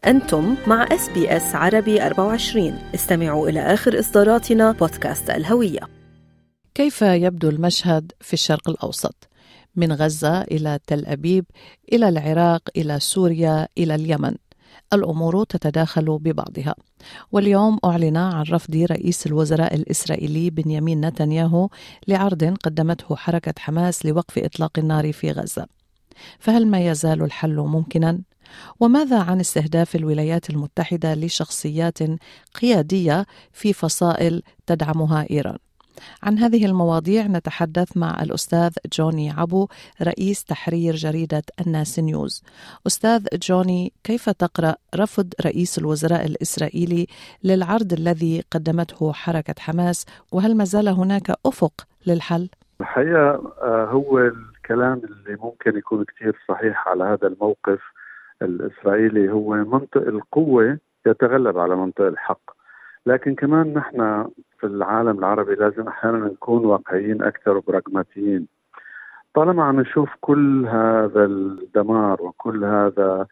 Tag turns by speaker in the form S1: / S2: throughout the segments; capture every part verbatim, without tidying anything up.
S1: أنتم مع إس بي إس عربي أربعة وعشرين. استمعوا إلى آخر إصداراتنا بودكاست الهوية.
S2: كيف يبدو المشهد في الشرق الأوسط؟ من غزة إلى تل أبيب، إلى العراق، إلى سوريا، إلى اليمن. الأمور تتداخل ببعضها. واليوم أعلن عن رفض رئيس الوزراء الإسرائيلي بنيامين نتنياهو لعرض قدمته حركة حماس لوقف إطلاق النار في غزة. فهل ما يزال الحل ممكناً؟ وماذا عن استهداف الولايات المتحدة لشخصيات قيادية في فصائل تدعمها إيران؟ عن هذه المواضيع نتحدث مع الأستاذ جوني عبو، رئيس تحرير جريدة الناس نيوز. أستاذ جوني، كيف تقرأ رفض رئيس الوزراء الإسرائيلي للعرض الذي قدمته حركة حماس، وهل ما زال هناك أفق للحل؟
S3: الحقيقة هو الكلام اللي ممكن يكون كتير صحيح على هذا الموقف الإسرائيلي، هو منطق القوة يتغلب على منطق الحق. لكن كمان نحن في العالم العربي لازم أحيانا نكون واقعيين أكثر وبراغماتيين. طالما عم نشوف كل هذا الدمار وكل هذا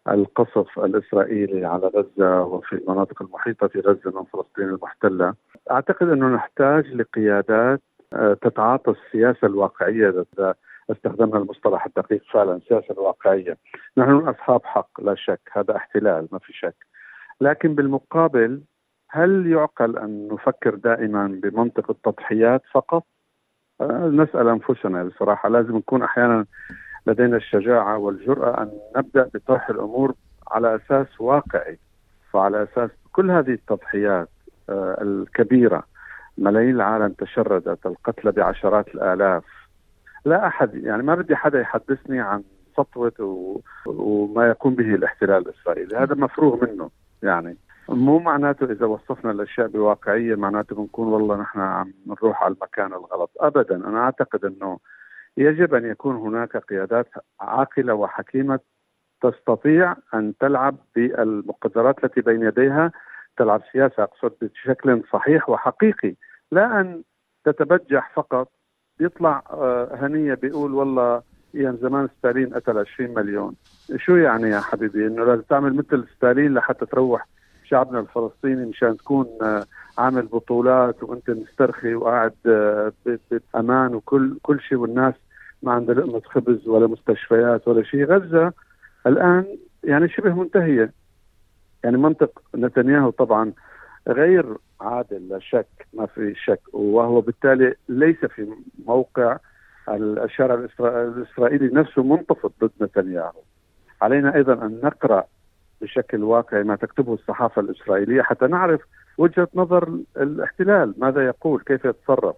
S3: القصف الإسرائيلي على غزة وفي المناطق المحيطة في غزة من فلسطين المحتلة، أعتقد أنه نحتاج لقيادات تتعاطى السياسة الواقعية. استخدمنا المصطلح الدقيق فعلا، السياسة الواقعية. نحن أصحاب حق لا شك، هذا احتلال ما في شك، لكن بالمقابل هل يعقل أن نفكر دائما بمنطق التضحيات فقط؟ أه نسأل أنفسنا بصراحة. لازم نكون أحيانا لدينا الشجاعة والجرأة أن نبدأ بطرح الأمور على أساس واقعي، وعلى أساس كل هذه التضحيات أه الكبيرة، ملايين العالم تشردت، القتلى بعشرات الآلاف. لا أحد يعني ما بدي حدا يحدثني عن سطوة و... وما يقوم به الاحتلال الإسرائيلي، هذا مفروغ منه. يعني مو معناته إذا وصفنا الأشياء بواقعية معناته بنكون والله نحن عم نروح على المكان الغلط أبدا. أنا أعتقد أنه يجب أن يكون هناك قيادات عاقلة وحكيمة تستطيع أن تلعب بالمقدرات التي بين يديها، تلعب سياسة أقصد بشكل صحيح وحقيقي، لا أن تتبجح فقط. يطلع هنية بيقول والله يعني زمان ستالين قتل عشرين مليون. شو يعني يا حبيبي؟ إنه لازم تعمل مثل ستالين لحتى تروح شعبنا الفلسطيني مشان تكون عامل بطولات وانت مسترخي وقاعد بأمان وكل كل شيء، والناس ما عندها لقمة خبز ولا مستشفيات ولا شيء. غزة الآن يعني شبه منتهية. يعني منطق نتنياهو طبعا غير عادل لا شك، ما في شك، وهو بالتالي ليس في موقع الشارع الإسرائيلي نفسه منتفض ضد نتنياهو. علينا أيضا أن نقرأ بشكل واقعي ما تكتبه الصحافة الإسرائيلية حتى نعرف وجهة نظر الاحتلال ماذا يقول، كيف يتصرف.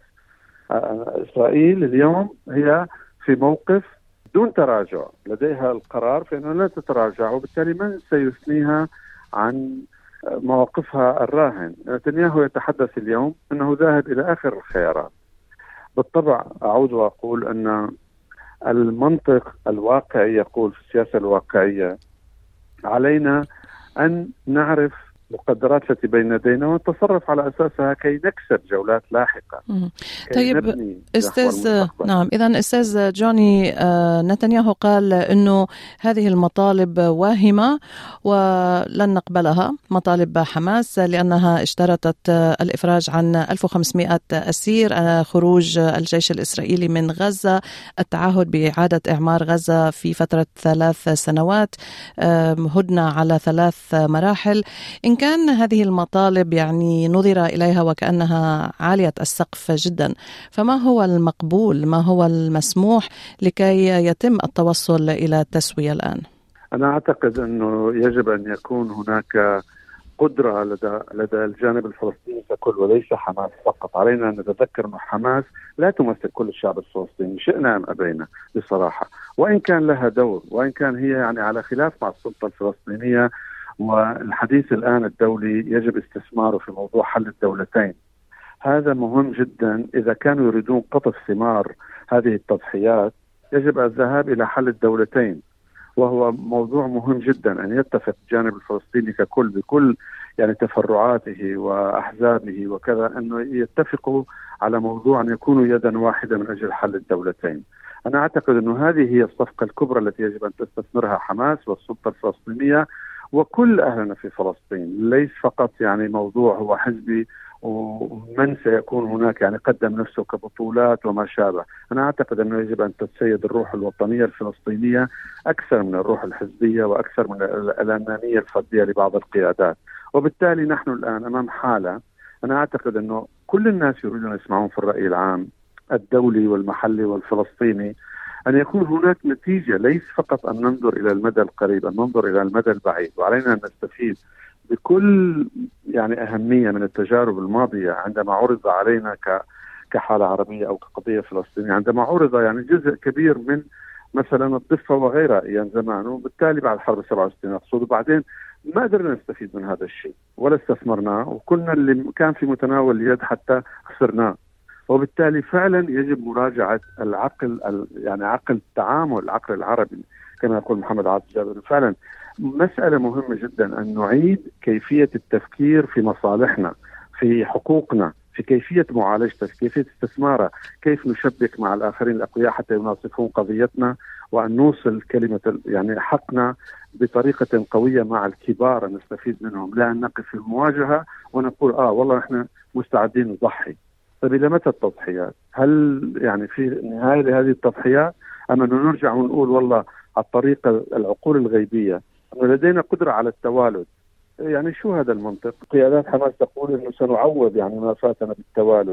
S3: إسرائيل اليوم هي في موقف دون تراجع، لديها القرار في أنه لا تتراجع، وبالتالي من سيثنيها عن مواقفها الراهن؟ نتنياهو يتحدث اليوم أنه ذاهب إلى آخر الخيارات. بالطبع أعود وأقول أن المنطق الواقعي يقول في السياسة الواقعية علينا أن نعرف مقدرات التي بين يدينا ونتصرف على أساسها كي نكسب جولات لاحقة.
S2: طيب أستاذ، نعم، إذن أستاذ جوني، نتنياهو قال أنه هذه المطالب واهمة ولن نقبلها، مطالب حماس، لأنها اشترطت الإفراج عن ألف وخمسمائة أسير، خروج الجيش الإسرائيلي من غزة، التعهد بإعادة إعمار غزة في فترة ثلاث سنوات، هدنة على ثلاث مراحل. إن كان هذه المطالب يعني نظر إليها وكأنها عالية السقف جدا، فما هو المقبول، ما هو المسموح لكي يتم التوصل إلى التسوية الآن؟
S3: أنا أعتقد أنه يجب أن يكون هناك قدرة لدى, لدى الجانب الفلسطيني ككل وليس حماس فقط. علينا أن نتذكر أن حماس لا تمثل كل الشعب الفلسطيني، شئنا أم أبينا بصراحة، وإن كان لها دور، وإن كان هي يعني على خلاف مع السلطة الفلسطينية. والحديث الآن الدولي يجب استثماره في موضوع حل الدولتين. هذا مهم جدا. إذا كانوا يريدون قطف ثمار هذه التضحيات يجب الذهاب إلى حل الدولتين، وهو موضوع مهم جدا أن يتفق الجانب الفلسطيني ككل بكل يعني تفرعاته وأحزابه وكذا، أنه يتفقوا على موضوع أن يكونوا يدا واحدة من أجل حل الدولتين. أنا أعتقد أنه هذه هي الصفقة الكبرى التي يجب أن تستثمرها حماس والسلطة الفلسطينية، وكل أهلنا في فلسطين، ليس فقط يعني موضوع هو حزبي ومن سيكون هناك يعني قدم نفسه كبطولات وما شابه. أنا أعتقد أنه يجب أن تتسيد الروح الوطنية الفلسطينية أكثر من الروح الحزبية وأكثر من الأنانية الفردية لبعض القيادات. وبالتالي نحن الآن أمام حالة أنا أعتقد أنه كل الناس يريدون يسمعون في الرأي العام الدولي والمحلي والفلسطيني أن يكون هناك نتيجة، ليس فقط أن ننظر إلى المدى القريب، أن ننظر إلى المدى البعيد. وعلينا أن نستفيد بكل يعني أهمية من التجارب الماضية عندما عرض علينا ك كحالة عربية أو كقضية فلسطينية، عندما عرض يعني جزء كبير من مثلا الضفة وغيرها أيام زمان، وبالتالي بعد حرب سبعة وستين أقصد، وبعدين ما قدرنا نستفيد من هذا الشيء ولا استثمرناه، وكنا اللي كان في متناول اليد حتى خسرناه. وبالتالي فعلا يجب مراجعة العقل، يعني عقل التعامل، العقل العربي كما يقول محمد عاطف جابر. فعلا مسألة مهمة جدا أن نعيد كيفية التفكير في مصالحنا، في حقوقنا، في كيفية معالجتها، في كيفية استثمارها، كيف نشبك مع الآخرين الأقوياء حتى يناصفون قضيتنا، وأن نوصل كلمة يعني حقنا بطريقة قوية مع الكبار نستفيد منهم، لا أن نقف في المواجهة ونقول آه والله إحنا مستعدين نضحي. طيب إلى متى التضحيات؟ هل يعني في نهاية لهذه التضحيات أم أن نرجع ونقول والله على الطريقة العقول الغيبية أن لدينا قدرة على التوالد؟ يعني شو هذا المنطق؟ قيادات حماس تقول أنه سنعوض يعني ما فاتنا بالتوالد.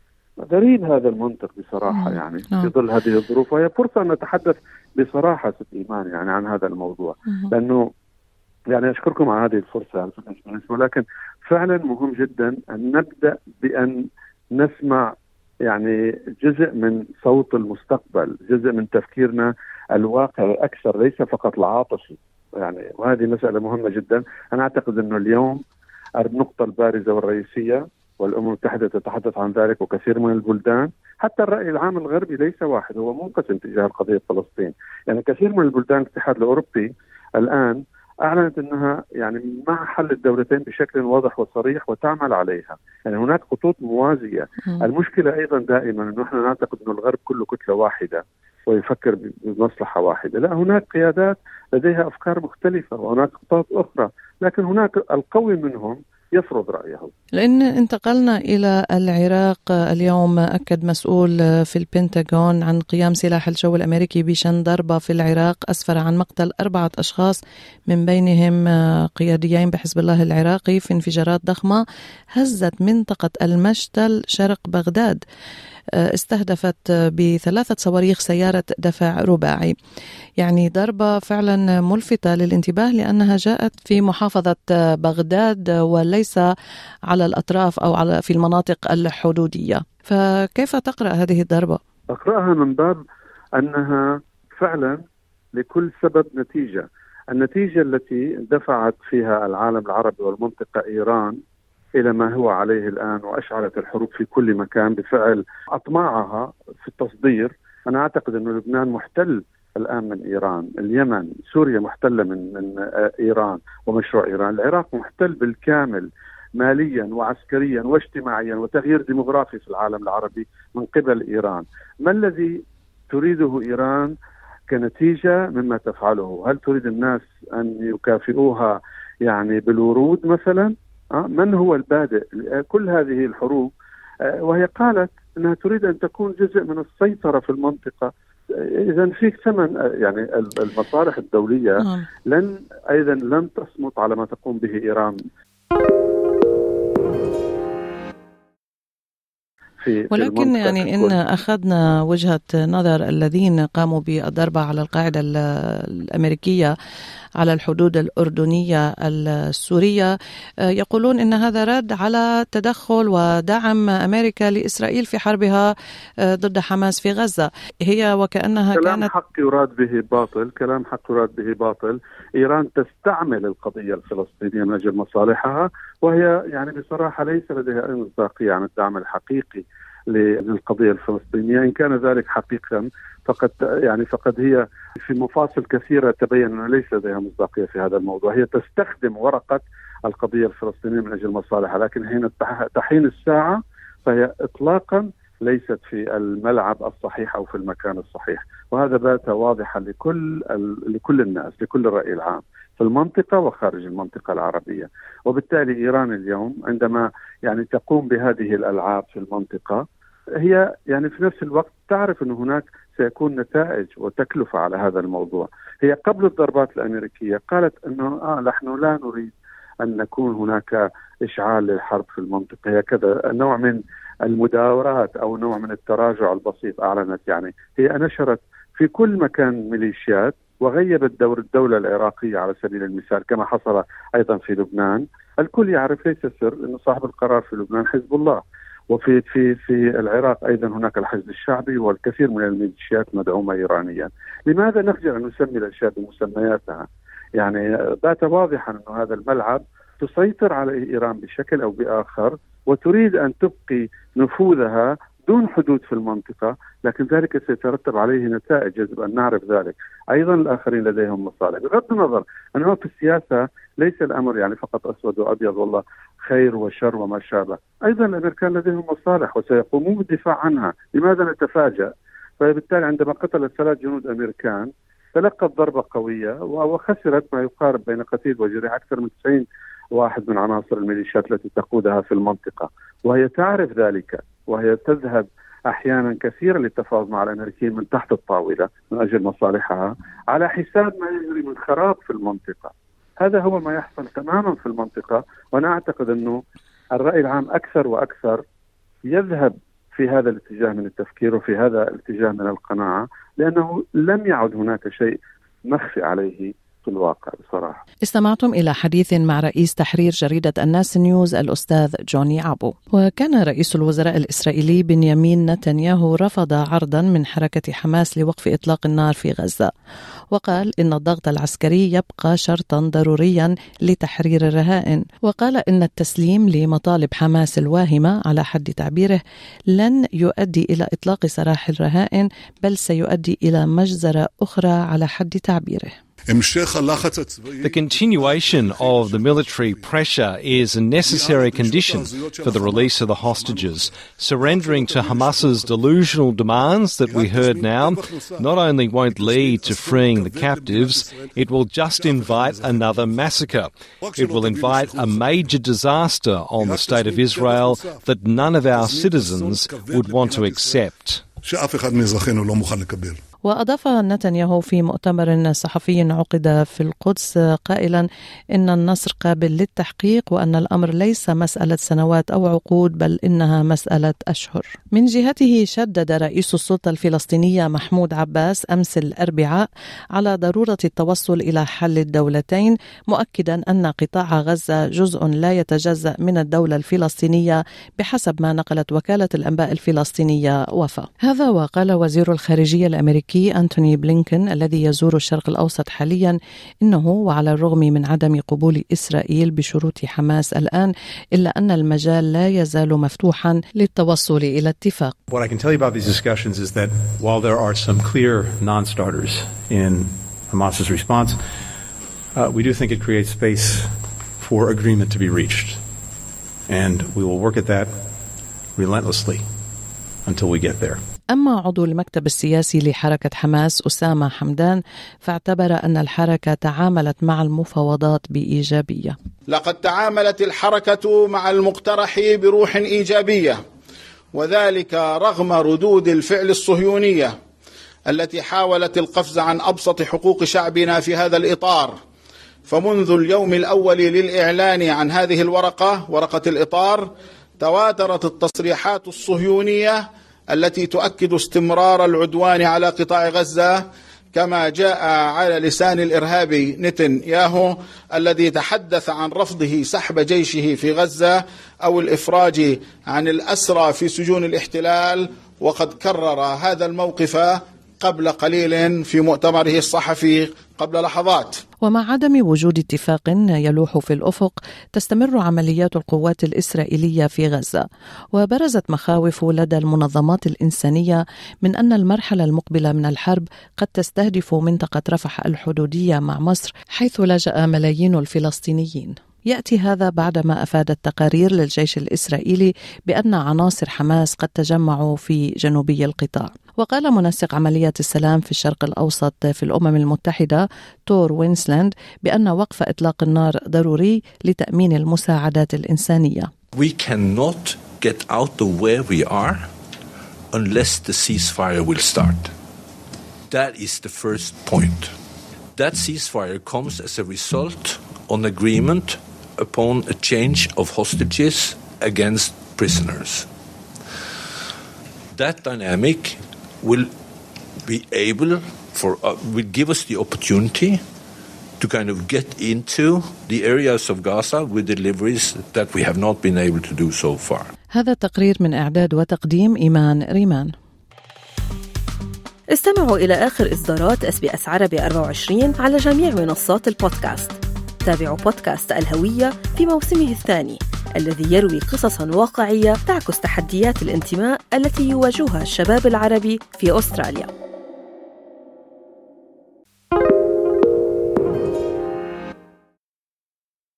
S3: غريب هذا المنطق بصراحة، يعني في ظل هذه الظروف. وهي فرصة أن نتحدث بصراحة ست إيمان يعني عن هذا الموضوع، لأنه يعني أشكركم على هذه الفرصة، ولكن فعلا مهم جدا أن نبدأ بأن نسمع يعني جزء من صوت المستقبل، جزء من تفكيرنا الواقعي أكثر، ليس فقط العاطفي يعني. وهذه مسألة مهمة جدا. أنا أعتقد أنه اليوم النقطة البارزة والرئيسية، والأمم المتحدة تتحدث عن ذلك وكثير من البلدان، حتى الرأي العام الغربي ليس واحد، هو منقسم تجاه القضية فلسطين. يعني كثير من البلدان الاتحاد الأوروبي الآن أعلنت أنها يعني مع حل الدولتين بشكل واضح وصريح وتعمل عليها. يعني هناك خطوط موازية. م. المشكلة أيضا دائما أنه نحن نعتقد أن الغرب كله كتلة واحدة ويفكر بمصلحة واحدة. لا، هناك قيادات لديها أفكار مختلفة وهناك خطوط أخرى، لكن هناك القوي منهم يفرض رأيه.
S2: لأن انتقلنا إلى العراق اليوم، أكد مسؤول في البنتاغون عن قيام سلاح الجو الأمريكي بشن ضربة في العراق أسفر عن مقتل أربعة أشخاص من بينهم قياديين بحزب الله العراقي في انفجارات ضخمة هزت منطقة المشتل شرق بغداد، استهدفت بثلاثة صواريخ سيارة دفع رباعي. يعني ضربة فعلا ملفتة للانتباه لأنها جاءت في محافظة بغداد وليس على الأطراف أو على في المناطق الحدودية. فكيف تقرأ هذه الضربة؟
S3: أقرأها من باب أنها فعلا لكل سبب نتيجة. النتيجة التي دفعت فيها العالم العربي والمنطقة إيران إلى ما هو عليه الآن، وأشعلت الحروب في كل مكان بفعل أطماعها في التصدير. أنا أعتقد أن لبنان محتل الآن من إيران، اليمن، سوريا محتلة من, من إيران ومشروع إيران، العراق محتل بالكامل ماليا وعسكريا واجتماعيا وتغيير ديموغرافي في العالم العربي من قبل إيران. ما الذي تريده إيران كنتيجة مما تفعله؟ هل تريد الناس أن يكافئوها يعني بالورود مثلا؟ من هو البادئ كل هذه الحروب؟ وهي قالت أنها تريد أن تكون جزء من السيطرة في المنطقة. إذا فيك ثمن يعني المصالح الدولية لن أيضا لن تصمت على ما تقوم به إيران.
S2: ولكن يعني إن أخذنا وجهة نظر الذين قاموا بالضربة على القاعدة الأمريكية على الحدود الأردنية السورية، يقولون إن هذا رد على تدخل ودعم أمريكا لإسرائيل في حربها ضد حماس في غزة. هي وكأنها
S3: كلام
S2: كانت
S3: حق يراد به باطل، كلام حق يراد به باطل. إيران تستعمل القضية الفلسطينية من أجل مصالحها، وهي يعني بصراحة ليس لديها أي مصداقية عن الدعم الحقيقي للقضية الفلسطينية. إن كان ذلك حقيقة فقد يعني فقد هي في مفاصل كثيرة تبين أنه ليس لديها مصداقية في هذا الموضوع. هي تستخدم ورقة القضية الفلسطينية من أجل مصالحها، لكن حين تحين الساعة فهي إطلاقا ليست في الملعب الصحيح أو في المكان الصحيح، وهذا بات واضحا لكل لكل الناس، لكل الرأي العام في المنطقة وخارج المنطقة العربية. وبالتالي إيران اليوم عندما يعني تقوم بهذه الألعاب في المنطقة، هي يعني في نفس الوقت تعرف أن هناك سيكون نتائج وتكلفة على هذا الموضوع. هي قبل الضربات الأمريكية قالت أنه آه نحن لا نريد أن نكون هناك إشعال للحرب في المنطقة، هي كذا نوع من المداورات أو نوع من التراجع البسيط أعلنت. يعني هي نشرت في كل مكان ميليشيات وغيبت دور الدولة العراقية على سبيل المثال، كما حصل أيضا في لبنان. الكل يعرف ليس سر أن صاحب القرار في لبنان حزب الله، وفي في في العراق أيضا هناك الحزب الشعبي والكثير من الميليشيات مدعومة إيرانيا. لماذا نخجل أن نسمي الأشياء بمسمياتها؟ يعني بات واضحا أن هذا الملعب تسيطر عليه إيران بشكل أو بآخر، وتريد أن تبقي نفوذها دون حدود في المنطقة، لكن ذلك سيترتب عليه نتائج يجب أن نعرف ذلك. أيضا الآخرين لديهم مصالح، بغض النظر أنه في السياسة ليس الأمر يعني فقط أسود وأبيض والله خير وشر وما شابه، أيضا الأمريكان لديهم مصالح وسيقومون بالدفاع عنها. لماذا نتفاجأ؟ فبالتالي عندما قتلت ثلاث جنود أمريكان تلقت ضربة قوية وخسرت ما يقارب بين قتيل وجريح أكثر من تسعين واحد من عناصر الميليشيات التي تقودها في المنطقة، وهي تعرف ذلك، وهي تذهب أحيانا كثيرا للتفاوض مع الأمريكيين من تحت الطاولة من أجل مصالحها على حساب ما يجري من خراب في المنطقة. هذا هو ما يحصل تماما في المنطقة، وأنا أعتقد أنه الرأي العام أكثر وأكثر يذهب في هذا الاتجاه من التفكير وفي هذا الاتجاه من القناعة، لأنه لم يعد هناك شيء مخفي عليه في الواقع بصراحة.
S2: استمعتم إلى حديث مع رئيس تحرير جريدة الناس نيوز الأستاذ جوني عبو. وكان رئيس الوزراء الإسرائيلي بنيامين نتنياهو رفض عرضا من حركة حماس لوقف إطلاق النار في غزة، وقال إن الضغط العسكري يبقى شرطا ضروريا لتحرير الرهائن، وقال إن التسليم لمطالب حماس الواهمة على حد تعبيره لن يؤدي إلى إطلاق سراح الرهائن، بل سيؤدي إلى مجزرة أخرى على حد تعبيره.
S4: The continuation of the military pressure is a necessary condition for the release of the hostages. Surrendering to Hamas's delusional demands that we heard now not only won't lead to freeing the captives, it will just invite another massacre. It will invite a major disaster on the state of Israel that none of our citizens would want to accept.
S2: وأضاف نتنياهو في مؤتمر صحفي عقد في القدس قائلا إن النصر قابل للتحقيق، وأن الأمر ليس مسألة سنوات أو عقود، بل إنها مسألة أشهر. من جهته شدد رئيس السلطة الفلسطينية محمود عباس أمس الأربعاء على ضرورة التوصل إلى حل الدولتين، مؤكدا أن قطاع غزة جزء لا يتجزأ من الدولة الفلسطينية بحسب ما نقلت وكالة الأنباء الفلسطينية وفا. هذا وقال وزير الخارجية الأمريكي أنتوني بلينكن الذي يزور الشرق الأوسط حاليا إنه وعلى الرغم من عدم قبول إسرائيل بشروط حماس الآن، إلا أن المجال لا يزال مفتوحا للتوصل إلى اتفاق.
S5: What I can tell you about these discussions is that while there are some clear non-starters in Hamas's response, uh, we do think it creates space for agreement to be reached, and we will work at that relentlessly until we get there.
S2: أما عضو المكتب السياسي لحركة حماس أسامة حمدان فاعتبر أن الحركة تعاملت مع المفاوضات بإيجابية.
S6: لقد تعاملت الحركة مع المقترح بروح إيجابية، وذلك رغم ردود الفعل الصهيونية التي حاولت القفز عن أبسط حقوق شعبنا في هذا الإطار. فمنذ اليوم الأول للإعلان عن هذه الورقة، ورقة الإطار، تواترت التصريحات الصهيونية التي تؤكد استمرار العدوان على قطاع غزة، كما جاء على لسان الإرهابي نتنياهو الذي تحدث عن رفضه سحب جيشه في غزة أو الإفراج عن الأسرى في سجون الاحتلال، وقد كرر هذا الموقف قبل قليل في مؤتمره الصحفي قبل لحظات.
S2: ومع عدم وجود اتفاق يلوح في الأفق، تستمر عمليات القوات الإسرائيلية في غزة، وبرزت مخاوف لدى المنظمات الإنسانية من أن المرحلة المقبلة من الحرب قد تستهدف منطقة رفح الحدودية مع مصر، حيث لجأ ملايين الفلسطينيين. يأتي هذا بعدما أفادت تقارير للجيش الإسرائيلي بأن عناصر حماس قد تجمعوا في جنوبي القطاع. وقال منسق عمليات السلام في الشرق الأوسط في الأمم المتحدة تور وينسلاند بأن وقف إطلاق النار ضروري لتأمين المساعدات الإنسانية.
S7: We cannot get out of where we are unless the ceasefire will start. That is the first point. That ceasefire comes as a result on agreement upon a change of hostages against prisoners. That dynamic will be able for uh, will give us the opportunity to kind of get into the areas of Gaza with deliveries that we have not been able to do so far.
S2: هذا التقرير من إعداد وتقديم إيمان ريمان.
S1: استمعوا إلى آخر إصدارات إس بي إس عربي أربعة وعشرين على جميع منصات البودكاست. تابعوا بودكاست الهوية في موسمه الثاني الذي يروي قصصاً واقعية تعكس تحديات الانتماء التي يواجهها الشباب العربي في أستراليا.